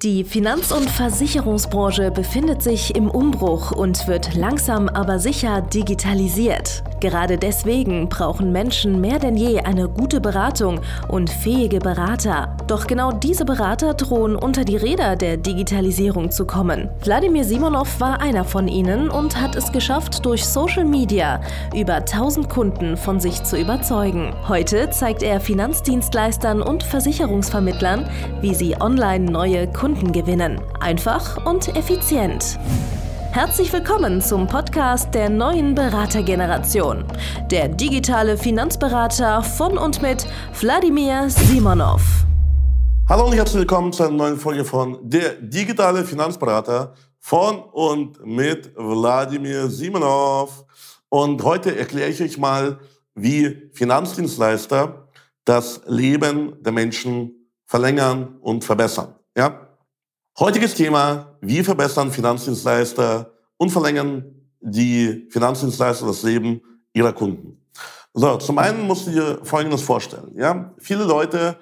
Die Finanz- und Versicherungsbranche befindet sich im Umbruch und wird langsam aber sicher digitalisiert. Gerade deswegen brauchen Menschen mehr denn je eine gute Beratung und fähige Berater. Doch genau diese Berater drohen unter die Räder der Digitalisierung zu kommen. Wladimir Simonov war einer von ihnen und hat es geschafft, durch Social Media über 1000 Kunden von sich zu überzeugen. Heute zeigt er Finanzdienstleistern und Versicherungsvermittlern, wie sie online neue Kunden gewinnen. Einfach und effizient. Herzlich willkommen zum Podcast der neuen Beratergeneration. Der digitale Finanzberater von und mit Wladimir Simonov. Hallo und herzlich willkommen zu einer neuen Folge von Der digitale Finanzberater von und mit Wladimir Simonov. Und heute erkläre ich euch mal, wie Finanzdienstleister das Leben der Menschen verlängern und verbessern. Ja? Heutiges Thema: Wie verbessern Finanzdienstleister und verlängern die Finanzdienstleister das Leben ihrer Kunden? So, zum einen musst du dir Folgendes vorstellen. Ja? Viele Leute,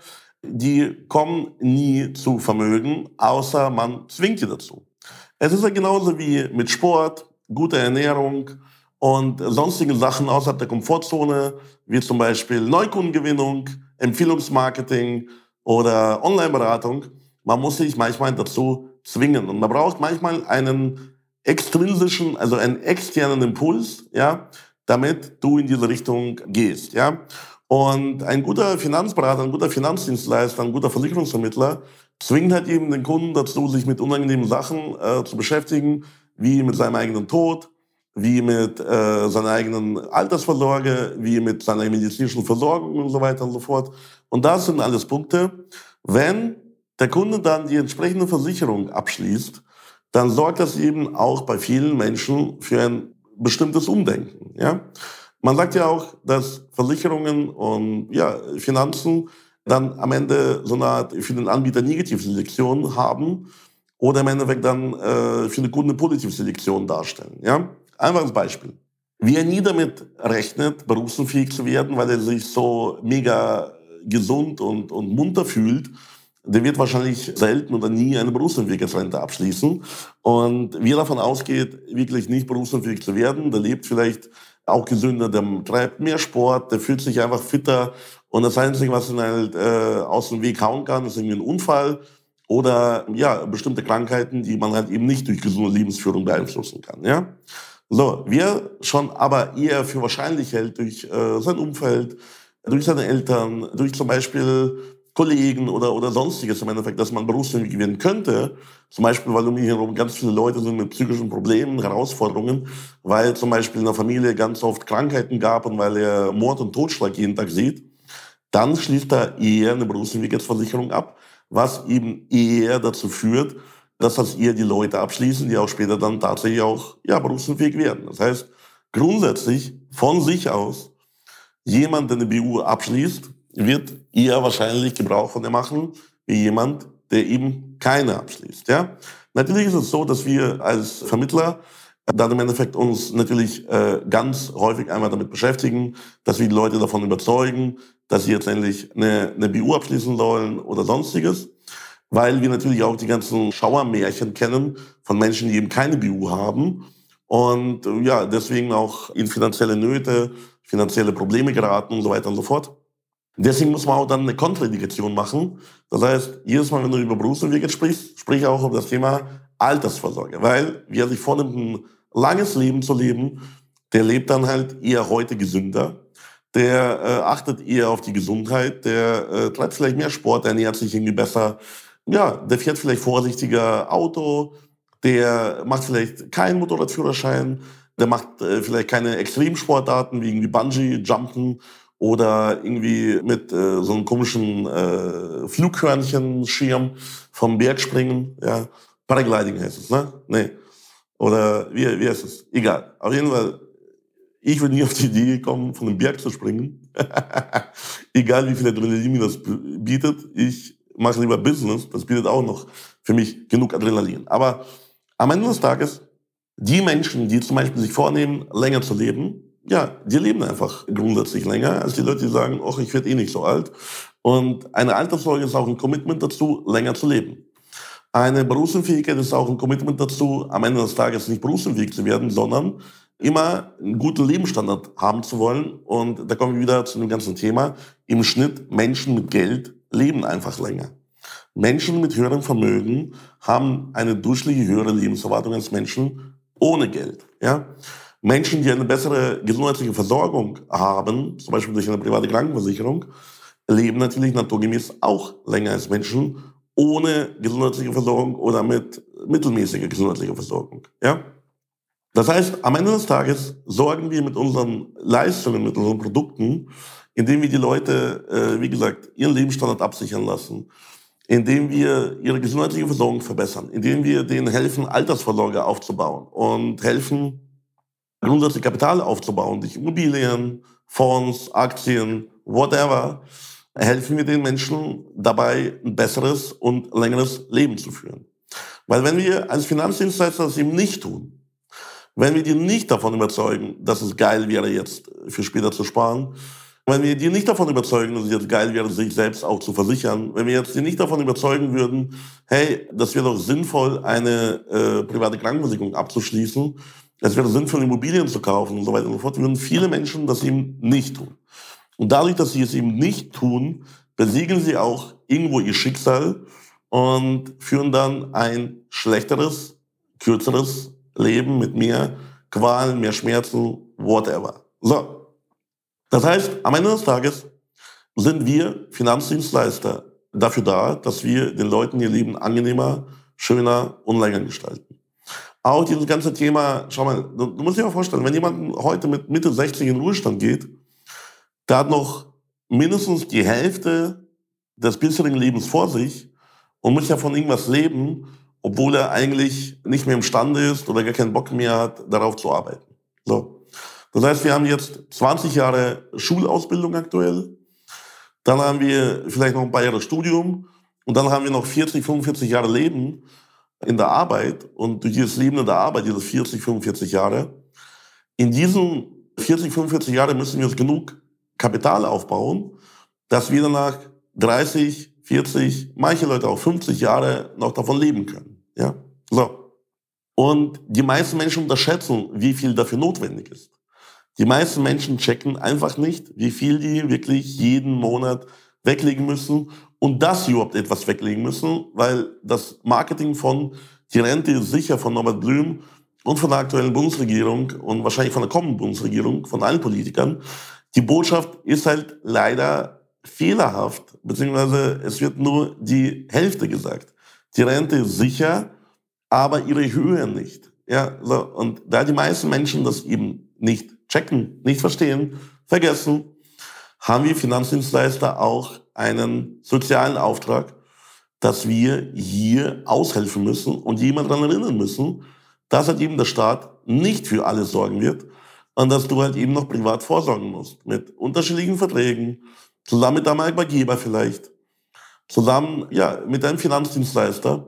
die kommen nie zu Vermögen, außer man zwingt sie dazu. Es ist ja genauso wie mit Sport, guter Ernährung und sonstigen Sachen außerhalb der Komfortzone, wie zum Beispiel Neukundengewinnung, Empfehlungsmarketing oder Onlineberatung. Man muss sich manchmal dazu zwingen und man braucht manchmal einen extrinsischen, also einen externen Impuls, ja, damit du in diese Richtung gehst, ja. Und ein guter Finanzberater, ein guter Finanzdienstleister, ein guter Versicherungsvermittler zwingt halt eben den Kunden dazu, sich mit unangenehmen Sachen zu beschäftigen, wie mit seinem eigenen Tod, wie mit seiner eigenen Altersvorsorge, wie mit seiner medizinischen Versorgung und so weiter und so fort. Und das sind alles Punkte. Wenn der Kunde dann die entsprechende Versicherung abschließt, dann sorgt das eben auch bei vielen Menschen für ein bestimmtes Umdenken. Ja? Man sagt ja auch, dass Versicherungen und Finanzen dann am Ende so eine Art für den Anbieter Negativselektion haben oder im Endeffekt dann für den Kunden eine Positivselektion darstellen. Ja? Einfaches Beispiel. Wer nie damit rechnet, berufsunfähig zu werden, weil er sich so mega gesund und munter fühlt, der wird wahrscheinlich selten oder nie eine Berufsunfähigkeitsrente abschließen. Und wer davon ausgeht, wirklich nicht berufsunfähig zu werden, der lebt vielleicht auch gesünder, der treibt mehr Sport, der fühlt sich einfach fitter. Und das Einzige, was ihn halt aus dem Weg hauen kann, ist irgendwie ein Unfall oder bestimmte Krankheiten, die man halt eben nicht durch gesunde Lebensführung beeinflussen kann. Ja? So, wer schon aber eher für wahrscheinlich hält durch sein Umfeld, durch seine Eltern, durch zum Beispiel Kollegen oder sonstiges im Endeffekt, dass man berufsunfähig werden könnte. Zum Beispiel, weil um mich herum ganz viele Leute sind mit psychischen Problemen, Herausforderungen, weil zum Beispiel in der Familie ganz oft Krankheiten gab und weil er Mord und Totschlag jeden Tag sieht, dann schließt er eher eine Berufsunfähigkeitsversicherung ab, was eben eher dazu führt, dass das eher die Leute abschließen, die auch später dann tatsächlich auch berufsunfähig werden. Das heißt, grundsätzlich von sich aus, jemand, der eine BU abschließt, wird eher wahrscheinlich Gebrauch von der machen, wie jemand, der eben keine abschließt. Ja? Natürlich ist es so, dass wir als Vermittler dann im Endeffekt uns natürlich ganz häufig einmal damit beschäftigen, dass wir die Leute davon überzeugen, dass sie jetzt endlich eine BU abschließen sollen oder sonstiges, weil wir natürlich auch die ganzen Schauermärchen kennen von Menschen, die eben keine BU haben und deswegen auch in finanzielle Nöte, finanzielle Probleme geraten und so weiter und so fort. Deswegen muss man auch dann eine Kontraindikation machen. Das heißt, jedes Mal, wenn du über Berufsunfähigkeit sprichst, sprich auch über das Thema Altersvorsorge. Weil wer sich vornimmt, ein langes Leben zu leben, der lebt dann halt eher heute gesünder. Der achtet eher auf die Gesundheit, der treibt vielleicht mehr Sport, der ernährt sich irgendwie besser. Ja, der fährt vielleicht vorsichtiger Auto, der macht vielleicht keinen Motorradführerschein, der macht vielleicht keine Extremsportarten wie irgendwie Bungee-Jumpen oder irgendwie mit so einem komischen Flughörnchenschirm vom Berg springen. Ja. Paragliding heißt es, ne? Nee. Oder wie heißt es? Egal. Auf jeden Fall, ich würde nie auf die Idee kommen, von einem Berg zu springen. Egal wie viel Adrenalin mir das bietet. Ich mache lieber Business. Das bietet auch noch für mich genug Adrenalin. Aber am Ende des Tages, die Menschen, die zum Beispiel sich vornehmen, länger zu leben, die leben einfach grundsätzlich länger als die Leute, die sagen, ach, ich werde eh nicht so alt. Und eine Altersvorsorge ist auch ein Commitment dazu, länger zu leben. Eine Berufsunfähigkeit ist auch ein Commitment dazu, am Ende des Tages nicht berufsunfähig zu werden, sondern immer einen guten Lebensstandard haben zu wollen. Und da kommen wir wieder zu dem ganzen Thema. Im Schnitt Menschen mit Geld leben einfach länger. Menschen mit höherem Vermögen haben eine durchschnittlich höhere Lebenserwartung als Menschen ohne Geld. Ja? Menschen, die eine bessere gesundheitliche Versorgung haben, zum Beispiel durch eine private Krankenversicherung, leben natürlich naturgemäß auch länger als Menschen ohne gesundheitliche Versorgung oder mit mittelmäßiger gesundheitlicher Versorgung. Ja? Das heißt, am Ende des Tages sorgen wir mit unseren Leistungen, mit unseren Produkten, indem wir die Leute, wie gesagt, ihren Lebensstandard absichern lassen, indem wir ihre gesundheitliche Versorgung verbessern, indem wir denen helfen, Altersvorsorge aufzubauen und helfen, grundsätzlich Kapital aufzubauen, durch Immobilien, Fonds, Aktien, whatever, helfen wir den Menschen dabei, ein besseres und längeres Leben zu führen. Weil wenn wir als Finanzdienstleister das eben nicht tun, wenn wir die nicht davon überzeugen, dass es geil wäre, jetzt für später zu sparen, wenn wir die nicht davon überzeugen, dass es jetzt geil wäre, sich selbst auch zu versichern, wenn wir jetzt die nicht davon überzeugen würden, hey, das wäre doch sinnvoll, eine private Krankenversicherung abzuschließen, es wäre sinnvoll, Immobilien zu kaufen und so weiter und so fort, würden viele Menschen das eben nicht tun. Und dadurch, dass sie es eben nicht tun, besiegeln sie auch irgendwo ihr Schicksal und führen dann ein schlechteres, kürzeres Leben mit mehr Qualen, mehr Schmerzen, whatever. So. Das heißt, am Ende des Tages sind wir Finanzdienstleister dafür da, dass wir den Leuten ihr Leben angenehmer, schöner und länger gestalten. Auch dieses ganze Thema, schau mal, du musst dir mal vorstellen, wenn jemand heute mit Mitte 60 in den Ruhestand geht, der hat noch mindestens die Hälfte des bisherigen Lebens vor sich und muss ja von irgendwas leben, obwohl er eigentlich nicht mehr imstande ist oder gar keinen Bock mehr hat, darauf zu arbeiten. So. Das heißt, wir haben jetzt 20 Jahre Schulausbildung aktuell, dann haben wir vielleicht noch ein paar Jahre Studium und dann haben wir noch 40, 45 Jahre Leben in der Arbeit und durch dieses Leben in der Arbeit, diese 40, 45 Jahre, in diesen 40, 45 Jahren müssen wir uns genug Kapital aufbauen, dass wir danach 30, 40, manche Leute auch 50 Jahre noch davon leben können. Ja? So. Und die meisten Menschen unterschätzen, wie viel dafür notwendig ist. Die meisten Menschen checken einfach nicht, wie viel die wirklich jeden Monat weglegen müssen und dass sie überhaupt etwas weglegen müssen, weil das Marketing von die Rente ist sicher von Norbert Blüm und von der aktuellen Bundesregierung und wahrscheinlich von der kommenden Bundesregierung, von allen Politikern, die Botschaft ist halt leider fehlerhaft, beziehungsweise es wird nur die Hälfte gesagt. Die Rente ist sicher, aber ihre Höhe nicht. Ja, so. Und da die meisten Menschen das eben nicht checken, nicht verstehen, vergessen, haben wir Finanzdienstleister auch einen sozialen Auftrag, dass wir hier aushelfen müssen und jemand daran erinnern müssen, dass halt eben der Staat nicht für alles sorgen wird und dass du halt eben noch privat vorsorgen musst. Mit unterschiedlichen Verträgen, zusammen mit deinem Arbeitgeber vielleicht, zusammen ja, mit deinem Finanzdienstleister.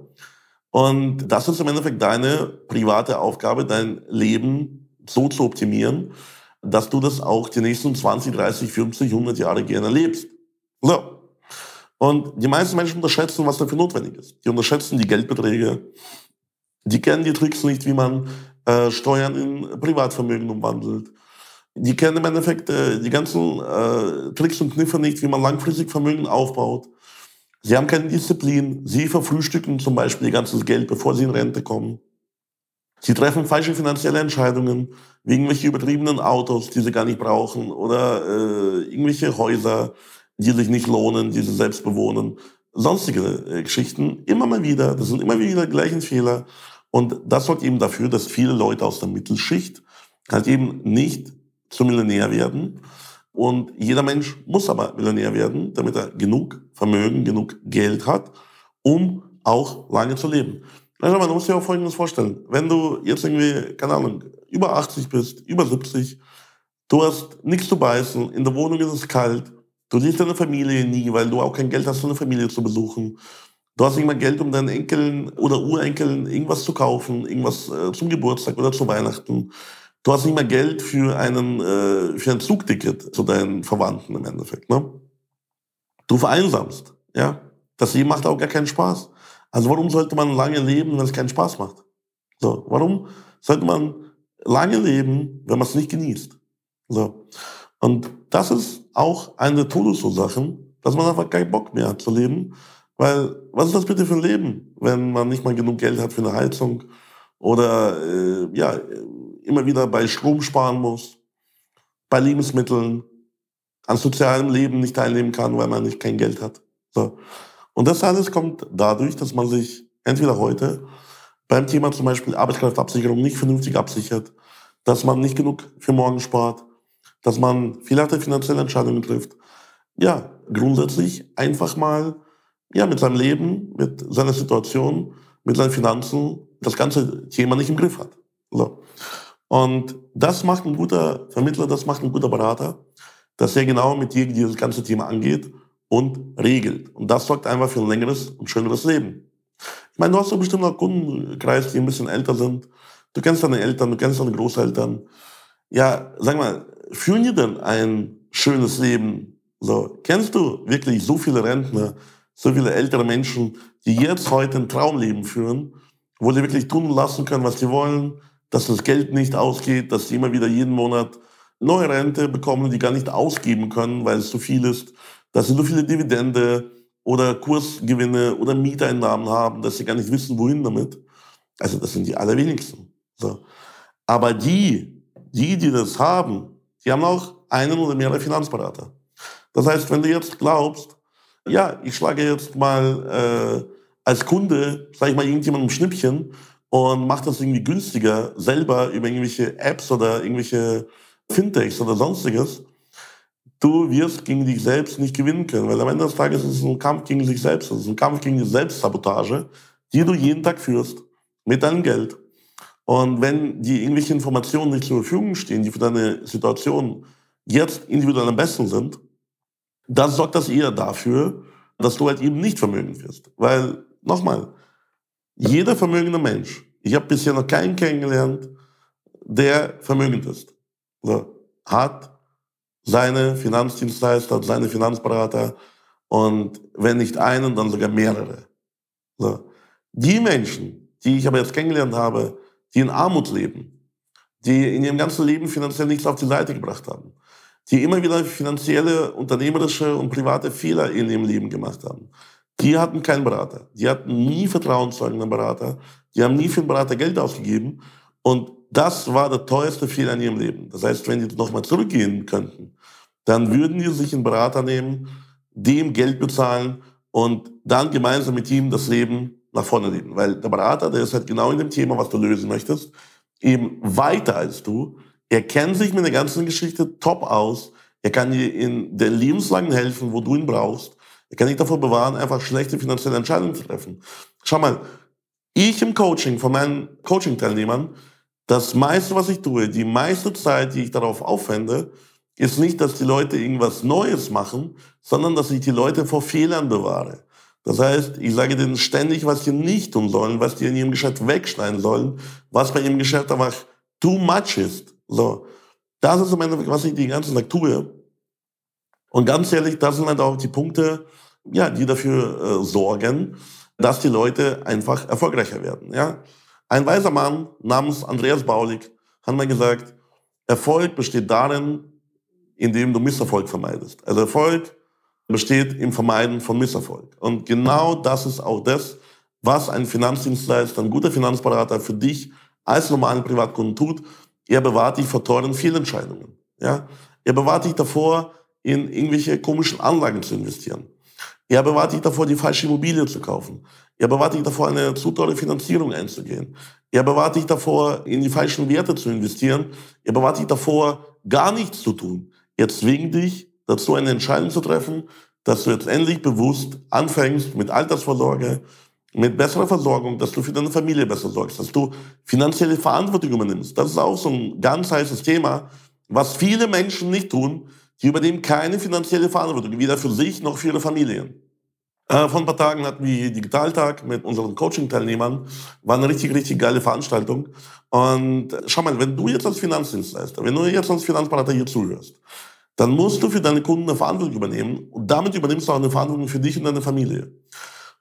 Und das ist im Endeffekt deine private Aufgabe, dein Leben so zu optimieren, dass du das auch die nächsten 20, 30, 50, 100 Jahre gerne lebst. So. Und die meisten Menschen unterschätzen, was dafür notwendig ist. Die unterschätzen die Geldbeträge. Die kennen die Tricks nicht, wie man Steuern in Privatvermögen umwandelt. Die kennen im Endeffekt die ganzen Tricks und Kniffe nicht, wie man langfristig Vermögen aufbaut. Sie haben keine Disziplin. Sie verfrühstücken zum Beispiel ihr ganzes Geld, bevor sie in Rente kommen. Sie treffen falsche finanzielle Entscheidungen, wie irgendwelche übertriebenen Autos, die sie gar nicht brauchen, oder irgendwelche Häuser, die sich nicht lohnen, die sie selbst bewohnen. Sonstige Geschichten, immer mal wieder, das sind immer wieder die gleichen Fehler. Und das sorgt eben dafür, dass viele Leute aus der Mittelschicht halt eben nicht zum Millionär werden. Und jeder Mensch muss aber Millionär werden, damit er genug Vermögen, genug Geld hat, um auch lange zu leben. Also man muss sich auch Folgendes vorstellen. Wenn du jetzt irgendwie, keine Ahnung, über 80 bist, über 70, du hast nichts zu beißen, in der Wohnung ist es kalt, du siehst deine Familie nie, weil du auch kein Geld hast, deine Familie zu besuchen. Du hast nicht mal Geld, um deinen Enkeln oder Urenkeln irgendwas zu kaufen, irgendwas zum Geburtstag oder zu Weihnachten. Du hast nicht mal Geld für ein Zugticket zu deinen Verwandten im Endeffekt. Ne? Du vereinsamst. Ja? Das Leben macht auch gar keinen Spaß. Also warum sollte man lange leben, wenn es keinen Spaß macht? So, warum sollte man lange leben, wenn man es nicht genießt? So. Und das ist auch eine der Todesursachen, dass man einfach keinen Bock mehr hat zu leben. Weil, was ist das bitte für ein Leben, wenn man nicht mal genug Geld hat für eine Heizung oder immer wieder bei Strom sparen muss, bei Lebensmitteln, an sozialem Leben nicht teilnehmen kann, weil man nicht kein Geld hat. So. Und das alles kommt dadurch, dass man sich entweder heute beim Thema zum Beispiel Arbeitskraftabsicherung nicht vernünftig absichert, dass man nicht genug für morgen spart, dass man vielleicht finanzielle Entscheidungen trifft. Ja, grundsätzlich einfach mal mit seinem Leben, mit seiner Situation, mit seinen Finanzen das ganze Thema nicht im Griff hat. So. Und das macht ein guter Vermittler, das macht ein guter Berater, dass er genau mit dir dieses ganze Thema angeht und regelt. Und das sorgt einfach für ein längeres und schöneres Leben. Ich meine, du hast doch bestimmt noch Kundenkreis, die ein bisschen älter sind. Du kennst deine Eltern, du kennst deine Großeltern. Ja, sag mal, führen die denn ein schönes Leben? So, kennst du wirklich so viele Rentner, so viele ältere Menschen, die jetzt heute ein Traumleben führen, wo sie wirklich tun und lassen können, was sie wollen, dass das Geld nicht ausgeht, dass sie immer wieder jeden Monat neue Rente bekommen, die gar nicht ausgeben können, weil es zu viel ist, dass sie so viele Dividende oder Kursgewinne oder Mieteinnahmen haben, dass sie gar nicht wissen, wohin damit. Also das sind die allerwenigsten. So. Aber die das haben, die haben auch einen oder mehrere Finanzberater. Das heißt, wenn du jetzt glaubst, ja, ich schlage jetzt mal als Kunde, sage ich mal, irgendjemandem ein Schnippchen und mache das irgendwie günstiger selber über irgendwelche Apps oder irgendwelche Fintechs oder sonstiges, du wirst gegen dich selbst nicht gewinnen können, weil am Ende des Tages ist es ein Kampf gegen sich selbst, es ist ein Kampf gegen die Selbstsabotage, die du jeden Tag führst mit deinem Geld. Und wenn die irgendwelche Informationen nicht zur Verfügung stehen, die für deine Situation jetzt individuell am besten sind, dann sorgt das eher dafür, dass du halt eben nicht vermögend wirst. Weil, nochmal, jeder vermögende Mensch, ich habe bisher noch keinen kennengelernt, der vermögend ist, so, hat seine Finanzdienstleister, hat seine Finanzberater und wenn nicht einen, dann sogar mehrere. So. Die Menschen, die ich aber jetzt kennengelernt habe, die in Armut leben, die in ihrem ganzen Leben finanziell nichts auf die Seite gebracht haben, die immer wieder finanzielle, unternehmerische und private Fehler in ihrem Leben gemacht haben, die hatten keinen Berater. Die hatten nie vertrauenszeugenden Berater. Die haben nie für einen Berater Geld ausgegeben. Und das war der teuerste Fehler in ihrem Leben. Das heißt, wenn die nochmal zurückgehen könnten, dann würden die sich einen Berater nehmen, dem Geld bezahlen und dann gemeinsam mit ihm das Leben nach vorne leben. Weil der Berater, der ist halt genau in dem Thema, was du lösen möchtest, eben weiter als du. Er kennt sich mit der ganzen Geschichte top aus. Er kann dir in der lebenslangen helfen, wo du ihn brauchst. Er kann dich davor bewahren, einfach schlechte finanzielle Entscheidungen zu treffen. Schau mal, ich im Coaching von meinen Coaching-Teilnehmern, das meiste, was ich tue, die meiste Zeit, die ich darauf aufwende, ist nicht, dass die Leute irgendwas Neues machen, sondern dass ich die Leute vor Fehlern bewahre. Das heißt, ich sage denen ständig, was sie nicht tun sollen, was die in ihrem Geschäft wegschneiden sollen, was bei ihrem Geschäft einfach too much ist. So, das ist am Ende, was ich den ganzen Tag tue. Und ganz ehrlich, das sind halt auch die Punkte, ja, die dafür sorgen, dass die Leute einfach erfolgreicher werden. Ja? Ein weiser Mann namens Andreas Baulig hat mal gesagt, Erfolg besteht darin, indem du Misserfolg vermeidest. Also Erfolg besteht im Vermeiden von Misserfolg. Und genau das ist auch das, was ein Finanzdienstleister, ein guter Finanzberater für dich als normalen Privatkunden tut. Er bewahrt dich vor teuren Fehlentscheidungen. Ja? Er bewahrt dich davor, in irgendwelche komischen Anlagen zu investieren. Er bewahrt dich davor, die falsche Immobilie zu kaufen. Er bewahrt dich davor, eine zu teure Finanzierung einzugehen. Er bewahrt dich davor, in die falschen Werte zu investieren. Er bewahrt dich davor, gar nichts zu tun. Er zwingt dich dazu, eine Entscheidung zu treffen, dass du jetzt endlich bewusst anfängst mit Altersvorsorge, mit besserer Versorgung, dass du für deine Familie besser sorgst, dass du finanzielle Verantwortung übernimmst. Das ist auch so ein ganz heißes Thema, was viele Menschen nicht tun. Die übernehmen keine finanzielle Verantwortung, weder für sich noch für ihre Familien. Vor ein paar Tagen hatten wir Digitaltag mit unseren Coaching-Teilnehmern. War eine richtig, richtig geile Veranstaltung. Und schau mal, wenn du jetzt als Finanzdienstleister, wenn du jetzt als Finanzberater hier zuhörst, dann musst du für deine Kunden eine Verantwortung übernehmen. Und damit übernimmst du auch eine Verantwortung für dich und deine Familie.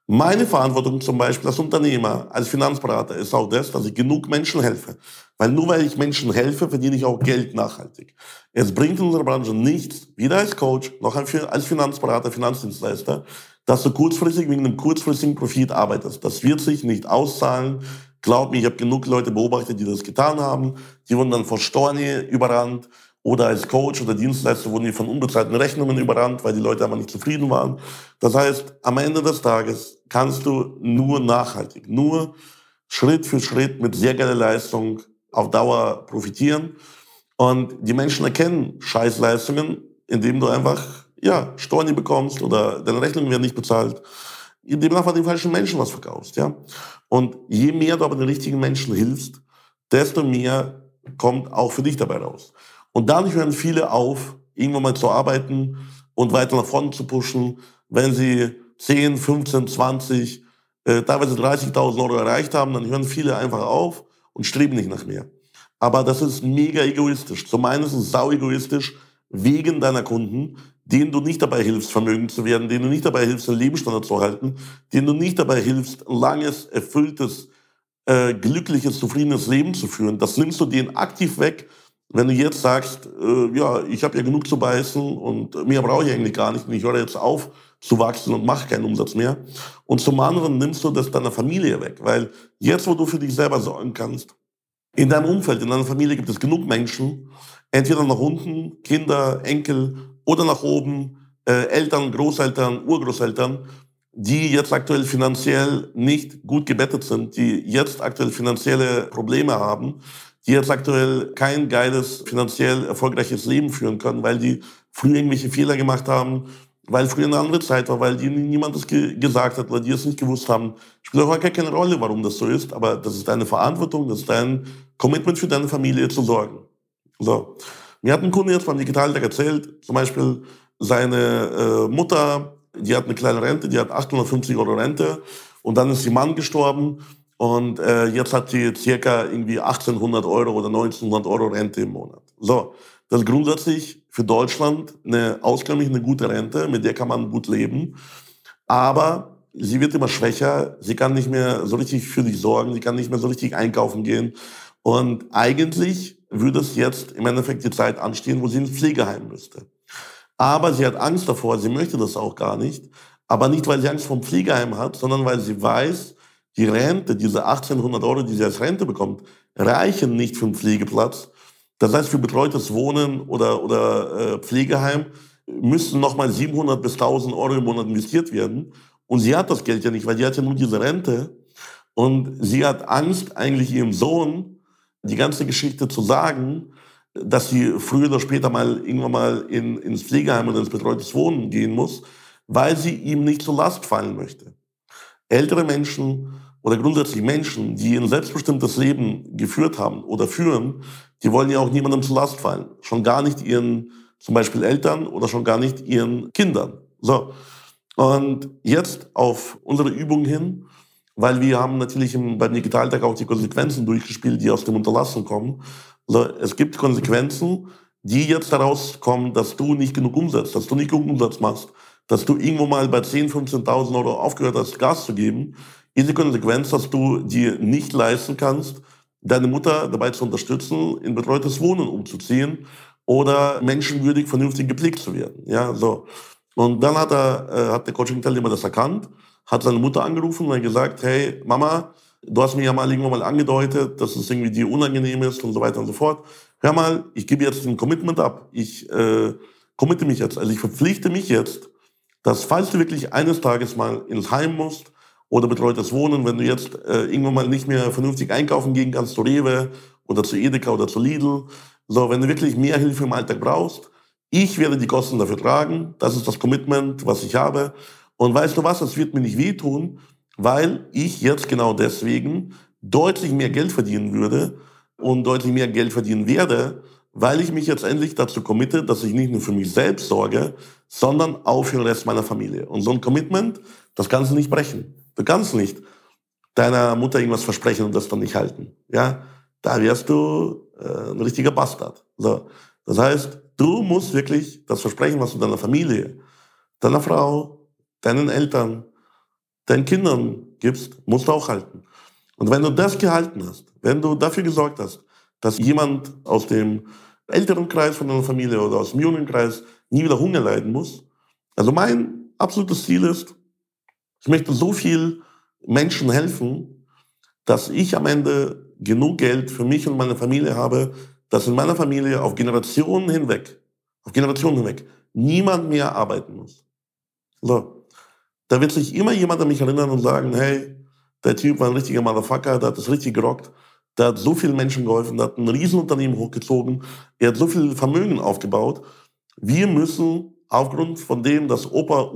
Meine Verantwortung zum Beispiel als Unternehmer, als Finanzberater ist auch das, dass ich genug Menschen helfe. Weil nur weil ich Menschen helfe, verdiene ich auch Geld nachhaltig. Es bringt in unserer Branche nichts, weder als Coach noch als Finanzberater, Finanzdienstleister, dass du kurzfristig wegen einem kurzfristigen Profit arbeitest. Das wird sich nicht auszahlen. Glaub mir, ich habe genug Leute beobachtet, die das getan haben. Die wurden dann vor Storni überrannt. Oder als Coach oder Dienstleister wurden die von unbezahlten Rechnungen überrannt, weil die Leute aber nicht zufrieden waren. Das heißt, am Ende des Tages kannst du nur nachhaltig, nur Schritt für Schritt mit sehr geiler Leistung auf Dauer profitieren. Und die Menschen erkennen Scheißleistungen, indem du einfach, ja, Storni bekommst oder deine Rechnungen werden nicht bezahlt, indem du einfach den falschen Menschen was verkaufst, ja. Und je mehr du aber den richtigen Menschen hilfst, desto mehr kommt auch für dich dabei raus. Und dadurch hören viele auf, irgendwann mal zu arbeiten und weiter nach vorne zu pushen, wenn sie 10, 15, 20, teilweise 30.000 Euro erreicht haben, dann hören viele einfach auf und streben nicht nach mehr. Aber das ist mega egoistisch. Zum einen ist es sau egoistisch wegen deiner Kunden, denen du nicht dabei hilfst, vermögend zu werden, denen du nicht dabei hilfst, einen Lebensstandard zu halten, denen du nicht dabei hilfst, ein langes, erfülltes, glückliches, zufriedenes Leben zu führen. Das nimmst du denen aktiv weg, wenn du jetzt sagst, ja, ich habe ja genug zu beißen und mehr brauche ich eigentlich gar nicht und ich höre jetzt auf zu wachsen und mache keinen Umsatz mehr. Und zum anderen nimmst du das deiner Familie weg, weil jetzt, wo du für dich selber sorgen kannst, in deinem Umfeld, in deiner Familie gibt es genug Menschen, entweder nach unten, Kinder, Enkel oder nach oben, Eltern, Großeltern, Urgroßeltern, die jetzt aktuell finanziell nicht gut gebettet sind, die jetzt aktuell finanzielle Probleme haben, die jetzt aktuell kein geiles, finanziell erfolgreiches Leben führen können, weil die früher irgendwelche Fehler gemacht haben, weil früher eine andere Zeit war, weil die niemand das gesagt hat oder die es nicht gewusst haben. Spielt auch gar keine Rolle, warum das so ist, aber das ist deine Verantwortung, das ist dein Commitment für deine Familie zu sorgen. So. Mir hat ein Kunde jetzt beim Digitaltag erzählt, zum Beispiel seine Mutter, die hat eine kleine Rente, die hat 850 Euro Rente und dann ist ihr Mann gestorben. Und jetzt hat sie circa irgendwie 1800 Euro oder 1900 Euro Rente im Monat. So, das ist grundsätzlich für Deutschland eine auskömmliche, gute Rente, mit der kann man gut leben. Aber sie wird immer schwächer, sie kann nicht mehr so richtig für sich sorgen, sie kann nicht mehr so richtig einkaufen gehen. Und eigentlich würde es jetzt im Endeffekt die Zeit anstehen, wo sie ins Pflegeheim müsste. Aber sie hat Angst davor, sie möchte das auch gar nicht. Aber nicht, weil sie Angst vor dem Pflegeheim hat, sondern weil sie weiß, die Rente, diese 1800 Euro, die sie als Rente bekommt, reichen nicht für einen Pflegeplatz. Das heißt, für betreutes Wohnen oder Pflegeheim müssen nochmal 700 bis 1000 Euro im Monat investiert werden. Und sie hat das Geld ja nicht, weil die hat ja nur diese Rente. Und sie hat Angst, eigentlich ihrem Sohn die ganze Geschichte zu sagen, dass sie früher oder später mal irgendwann mal ins Pflegeheim oder ins betreutes Wohnen gehen muss, weil sie ihm nicht zur Last fallen möchte. Ältere Menschen oder grundsätzlich Menschen, die ein selbstbestimmtes Leben geführt haben oder führen, die wollen ja auch niemandem zur Last fallen. Schon gar nicht ihren, zum Beispiel Eltern oder schon gar nicht ihren Kindern. So. Und jetzt auf unsere Übung hin, weil wir haben natürlich beim Digitaltag auch die Konsequenzen durchgespielt, die aus dem Unterlassen kommen. Also es gibt Konsequenzen, die jetzt daraus kommen, dass du nicht genug umsetzt, dass du nicht genug Umsatz machst, dass du irgendwo mal bei 10.000, 15.000 Euro aufgehört hast, Gas zu geben, ist die Konsequenz, dass du dir nicht leisten kannst, deine Mutter dabei zu unterstützen, in betreutes Wohnen umzuziehen oder menschenwürdig, vernünftig gepflegt zu werden. Ja, so. Und dann hat der Coaching-Teilnehmer das erkannt, hat seine Mutter angerufen und hat gesagt, hey Mama, du hast mir ja mal irgendwann mal angedeutet, dass es irgendwie dir unangenehm ist und so weiter und so fort. Hör mal, ich gebe jetzt ein Commitment ab. Ich committe mich jetzt, also ich verpflichte mich jetzt, dass falls du wirklich eines Tages mal ins Heim musst oder betreutes Wohnen, wenn du jetzt irgendwann mal nicht mehr vernünftig einkaufen gehen kannst, zu Rewe oder zu Edeka oder zu Lidl, so, wenn du wirklich mehr Hilfe im Alltag brauchst, ich werde die Kosten dafür tragen, das ist das Commitment, was ich habe. Und weißt du was, das wird mir nicht wehtun, weil ich jetzt genau deswegen deutlich mehr Geld verdienen würde und deutlich mehr Geld verdienen werde, weil ich mich jetzt endlich dazu committe, dass ich nicht nur für mich selbst sorge, sondern auch für den Rest meiner Familie. Und so ein Commitment, das kannst du nicht brechen. Du kannst nicht deiner Mutter irgendwas versprechen und das dann nicht halten. Ja, da wärst du ein richtiger Bastard. So. Das heißt, du musst wirklich das Versprechen, was du deiner Familie, deiner Frau, deinen Eltern, deinen Kindern gibst, musst du auch halten. Und wenn du das gehalten hast, wenn du dafür gesorgt hast, dass jemand aus dem älteren Kreis von deiner Familie oder aus dem jungen Kreis nie wieder Hunger leiden muss. Also mein absolutes Ziel ist, ich möchte so viel Menschen helfen, dass ich am Ende genug Geld für mich und meine Familie habe, dass in meiner Familie auf Generationen hinweg niemand mehr arbeiten muss. So. Da wird sich immer jemand an mich erinnern und sagen, hey, der Typ war ein richtiger Motherfucker, der hat das richtig gerockt, der hat so vielen Menschen geholfen, der hat ein Riesenunternehmen hochgezogen, er hat so viel Vermögen aufgebaut. Wir müssen aufgrund von dem, dass Opa,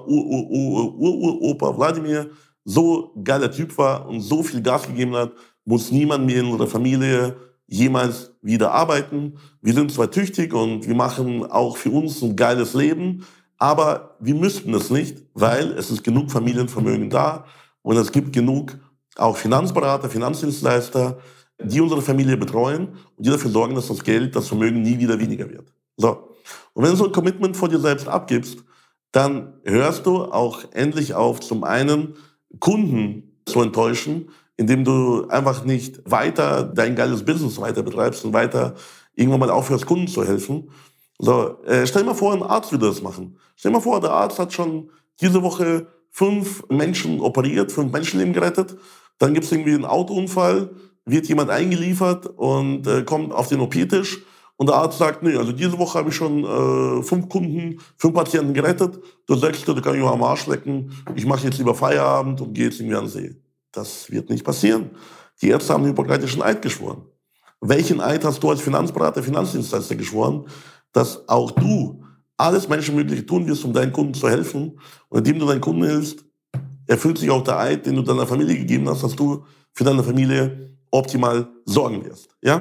Uropa Wladimir so geiler Typ war und so viel Gas gegeben hat, muss niemand mehr in unserer Familie jemals wieder arbeiten. Wir sind zwar tüchtig und wir machen auch für uns ein geiles Leben, aber wir müssten es nicht, weil es ist genug Familienvermögen da und es gibt genug auch Finanzberater, Finanzdienstleister, die unsere Familie betreuen und die dafür sorgen, dass das Geld, das Vermögen nie wieder weniger wird. So. Und wenn du so ein Commitment vor dir selbst abgibst, dann hörst du auch endlich auf, zum einen Kunden zu enttäuschen, indem du einfach nicht weiter dein geiles Business weiter betreibst und weiter irgendwann mal aufhörst, Kunden zu helfen. So, stell dir mal vor, ein Arzt würde das machen. Stell dir mal vor, der Arzt hat schon diese Woche 5 Menschen operiert, 5 Menschenleben gerettet. Dann gibt es irgendwie einen Autounfall, wird jemand eingeliefert und kommt auf den OP-Tisch. Und der Arzt sagt, nee, also diese Woche habe ich schon 5 Kunden, 5 Patienten gerettet. Der 6. da kann ich mal am Arsch lecken. Ich mache jetzt lieber Feierabend und gehe jetzt irgendwie an den See. Das wird nicht passieren. Die Ärzte haben den Hippokratischen Eid geschworen. Welchen Eid hast du als Finanzberater, Finanzdienstleister geschworen? Dass auch du alles Menschenmögliche tun wirst, um deinen Kunden zu helfen. Und indem du deinen Kunden hilfst, erfüllt sich auch der Eid, den du deiner Familie gegeben hast, dass du für deine Familie optimal sorgen wirst. Ja?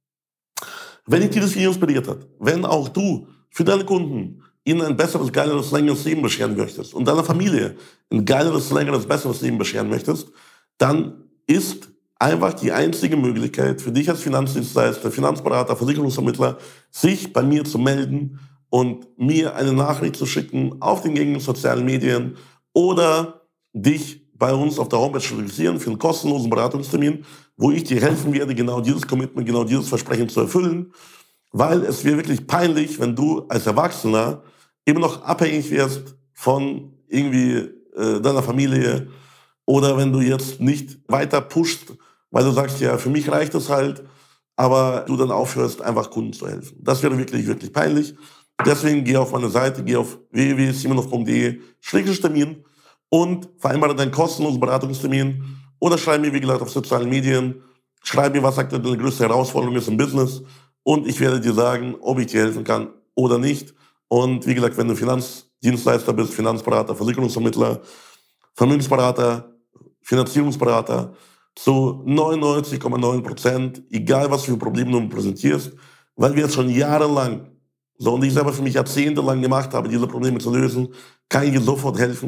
Wenn dich dieses Video inspiriert hat, wenn auch du für deine Kunden ihnen ein besseres, geileres, längeres Leben bescheren möchtest und deiner Familie ein geileres, längeres, besseres Leben bescheren möchtest, dann ist einfach die einzige Möglichkeit für dich als Finanzdienstleister, Finanzberater, Versicherungsvermittler, sich bei mir zu melden und mir eine Nachricht zu schicken auf den gängigen sozialen Medien oder dich bei uns auf der Homepage zu registrieren für einen kostenlosen Beratungstermin, wo ich dir helfen werde, genau dieses Commitment, genau dieses Versprechen zu erfüllen, weil es wäre wirklich peinlich, wenn du als Erwachsener immer noch abhängig wärst von irgendwie deiner Familie oder wenn du jetzt nicht weiter pushst, weil du sagst, ja, für mich reicht es halt, aber du dann aufhörst, einfach Kunden zu helfen. Das wäre wirklich, wirklich peinlich. Deswegen geh auf meine Seite, geh auf www.simonov.de/Termin und vereinbare deinen kostenlosen Beratungstermin oder schreib mir, wie gesagt, auf sozialen Medien, schreib mir, was aktuell deine größte Herausforderung ist im Business und ich werde dir sagen, ob ich dir helfen kann oder nicht. Und wie gesagt, wenn du Finanzdienstleister bist, Finanzberater, Versicherungsvermittler, Vermögensberater, Finanzierungsberater, zu 99,9%, egal was für Probleme du präsentierst, weil wir es schon jahrelang, so und ich selber für mich jahrzehntelang gemacht habe, diese Probleme zu lösen, kann ich dir sofort helfen,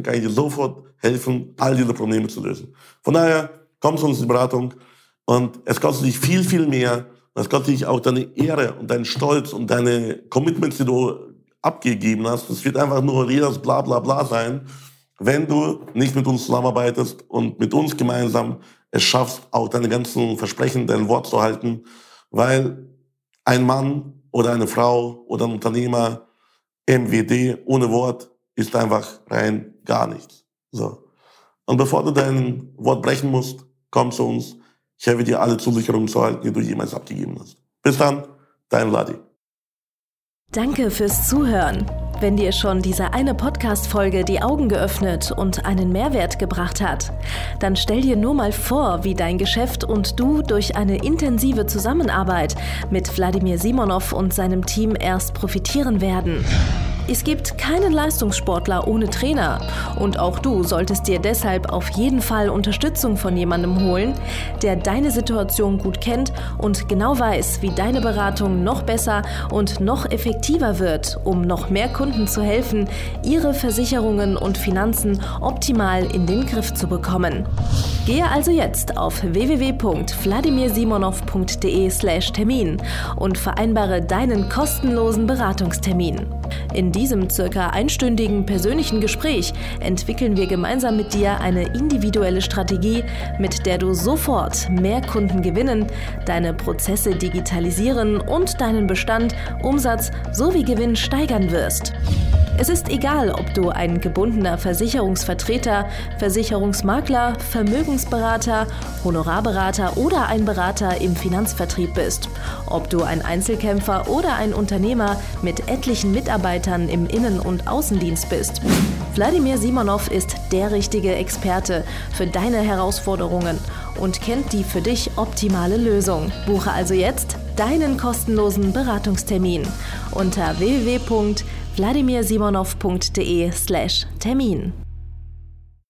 all diese Probleme zu lösen. Von daher, komm zu uns in die Beratung und es kostet dich viel, viel mehr. Es kostet dich auch deine Ehre und deinen Stolz und deine Commitments, die du abgegeben hast. Es wird einfach nur jedes bla bla bla sein, wenn du nicht mit uns zusammenarbeitest und mit uns gemeinsam es schaffst, auch deine ganzen Versprechen, dein Wort zu halten, weil ein Mann oder eine Frau oder ein Unternehmer, MWD, ohne Wort, ist einfach rein gar nichts. So. Und bevor du dein Wort brechen musst, komm zu uns. Ich helfe dir, alle Zusicherungen zu halten, die du jemals abgegeben hast. Bis dann, dein Vladi. Danke fürs Zuhören. Wenn dir schon diese eine Podcast-Folge die Augen geöffnet und einen Mehrwert gebracht hat, dann stell dir nur mal vor, wie dein Geschäft und du durch eine intensive Zusammenarbeit mit Wladimir Simonov und seinem Team erst profitieren werden. Es gibt keinen Leistungssportler ohne Trainer und auch du solltest dir deshalb auf jeden Fall Unterstützung von jemandem holen, der deine Situation gut kennt und genau weiß, wie deine Beratung noch besser und noch effektiver wird, um noch mehr Kunden zu helfen, ihre Versicherungen und Finanzen optimal in den Griff zu bekommen. Gehe also jetzt auf www.wladimirsimonov.de/Termin und vereinbare deinen kostenlosen Beratungstermin. In diesem circa einstündigen persönlichen Gespräch entwickeln wir gemeinsam mit dir eine individuelle Strategie, mit der du sofort mehr Kunden gewinnen, deine Prozesse digitalisieren und deinen Bestand, Umsatz sowie Gewinn steigern wirst. Es ist egal, ob du ein gebundener Versicherungsvertreter, Versicherungsmakler, Vermögensberater, Honorarberater oder ein Berater im Finanzvertrieb bist. Ob du ein Einzelkämpfer oder ein Unternehmer mit etlichen Mitarbeitern im Innen- und Außendienst bist. Wladimir Simonov ist der richtige Experte für deine Herausforderungen und kennt die für dich optimale Lösung. Buche also jetzt deinen kostenlosen Beratungstermin unter www.wladimirsimonov.de/Termin.